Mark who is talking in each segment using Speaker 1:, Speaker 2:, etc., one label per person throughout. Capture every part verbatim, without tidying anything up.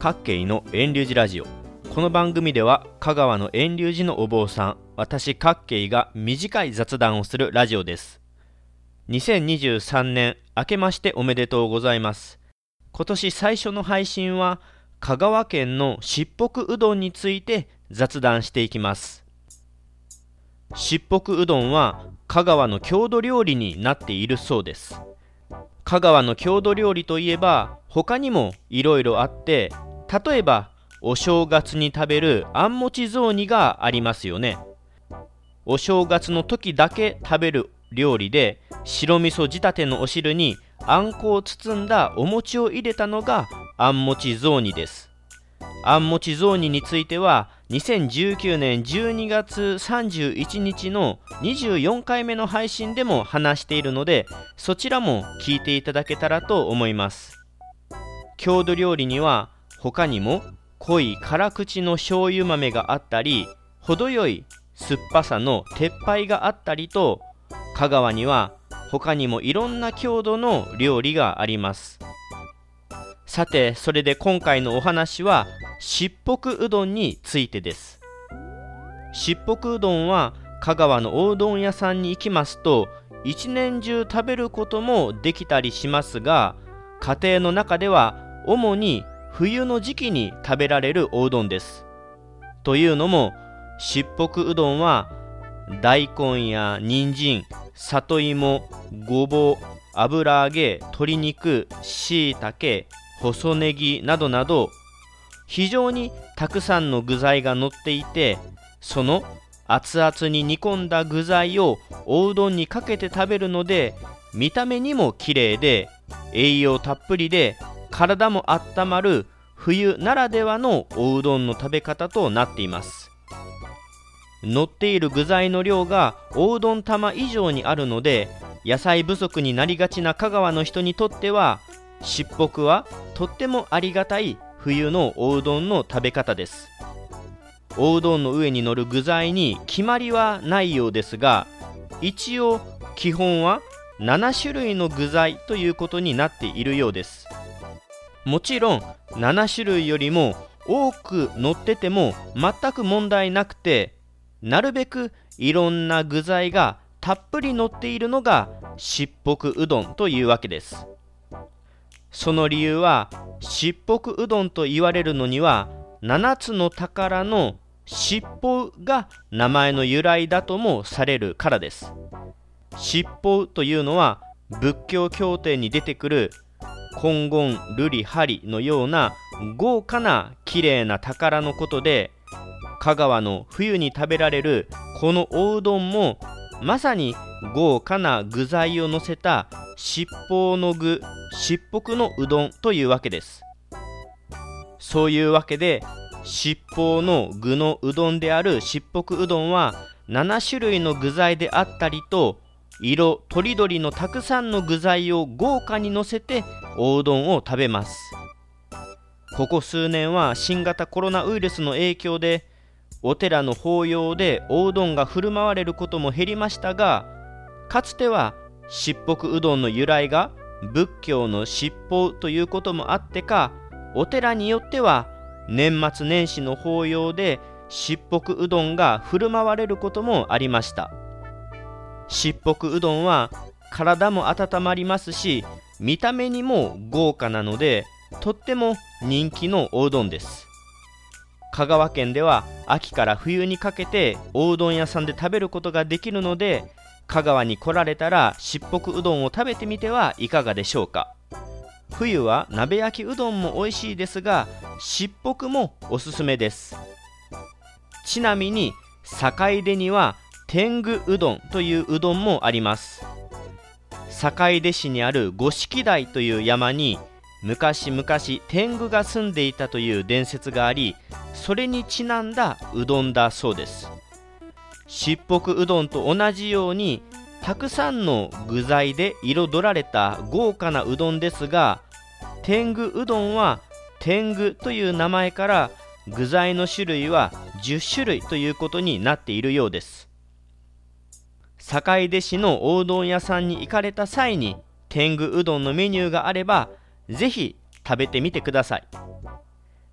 Speaker 1: 各系の遠隆寺ラジオ。この番組では香川の遠隆寺のお坊さん、私各系が短い雑談をするラジオです。にせんにじゅうさんねん明けましておめでとうございます。今年最初の配信は香川県のしっぽくうどんについて雑談していきます。しっぽくうどんは香川の郷土料理になっているそうです。香川の郷土料理といえば他にもいろいろあって、例えばお正月に食べるあんもち雑煮がありますよね。お正月の時だけ食べる料理で、白味噌仕立てのお汁にあんこを包んだお餅を入れたのがあんもち雑煮です。あんもち雑煮についてはにせんじゅうきゅうねんじゅうにがつさんじゅういちにちのにじゅうよんかいめの配信でも話しているので、そちらも聞いていただけたらと思います。郷土料理には他にも濃い辛口の醤油豆があったり、程よい酸っぱさの鉄杯があったりと、香川には他にもいろんな郷土の料理があります。さて、それで今回のお話はしっぽくうどんについてです。しっぽくうどんは香川のおうどん屋さんに行きますと一年中食べることもできたりしますが、家庭の中では主に冬の時期に食べられるおうどんです。というのも、しっぽくうどんは大根や人参、里芋、ごぼう、油揚げ、鶏肉、しいたけ、細ネギなどなど非常にたくさんの具材が乗っていて、その熱々に煮込んだ具材をおうどんにかけて食べるので、見た目にも綺麗で栄養たっぷりで体も温まる冬ならではのおうどんの食べ方となっています。乗っている具材の量がおうどん玉以上にあるので、野菜不足になりがちな香川の人にとってはしっぽくはとってもありがたい冬のおうどんの食べ方です。おうどんの上に乗る具材に決まりはないようですが、一応基本はななしゅるいの具材ということになっているようです。もちろんななしゅるいよりも多く乗ってても全く問題なくて、なるべくいろんな具材がたっぷり乗っているのがしっぽくうどんというわけです。その理由は、しっぽくうどんと言われるのにはななつの宝のしっぽが名前の由来だともされるからです。しっぽというのは仏教経典に出てくる金言、瑠璃、針のような豪華な綺麗な宝のことで、香川の冬に食べられるこのおうどんもまさに豪華な具材を乗せたしっぽの具、しっぽくのうどんというわけです。そういうわけで、しっぽの具のうどんであるしっぽくうどんはななしゅるいの具材であったりと、色とりどりのたくさんの具材を豪華に乗せておうどんを食べます。ここ数年は新型コロナウイルスの影響でお寺の法要でおうどんが振る舞われることも減りましたが、かつてはしっぽくうどんの由来が仏教のしっぽということもあってか、お寺によっては年末年始の法要でしっぽくうどんが振る舞われることもありました。しっぽくうどんは体も温まりますし、見た目にも豪華なのでとっても人気のおうどんです。香川県では秋から冬にかけておうどん屋さんで食べることができるので、香川に来られたらしっぽくうどんを食べてみてはいかがでしょうか。冬は鍋焼きうどんも美味しいですが、しっぽくもおすすめです。ちなみに坂出には天狗うどんといううどんもあります。坂出市にある五色台という山に昔々天狗が住んでいたという伝説があり、それにちなんだうどんだそうです。しっぽくうどんと同じようにたくさんの具材で彩られた豪華なうどんですが、天狗うどんは天狗という名前から具材の種類はじゅっしゅるいということになっているようです。坂出市のおうどん屋さんに行かれた際に天狗うどんのメニューがあればぜひ食べてみてください。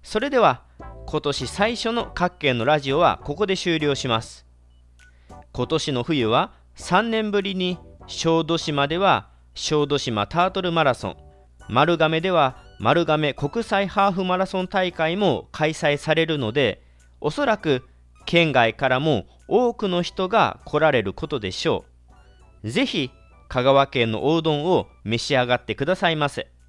Speaker 1: それでは今年最初の各県のラジオはここで終了します。今年の冬はさんねんぶりに小豆島では小豆島タートルマラソン、丸亀では丸亀国際ハーフマラソン大会も開催されるので、おそらく県外からも多くの人が来られることでしょう。ぜひ香川県のおうどんを召し上がってくださいませ。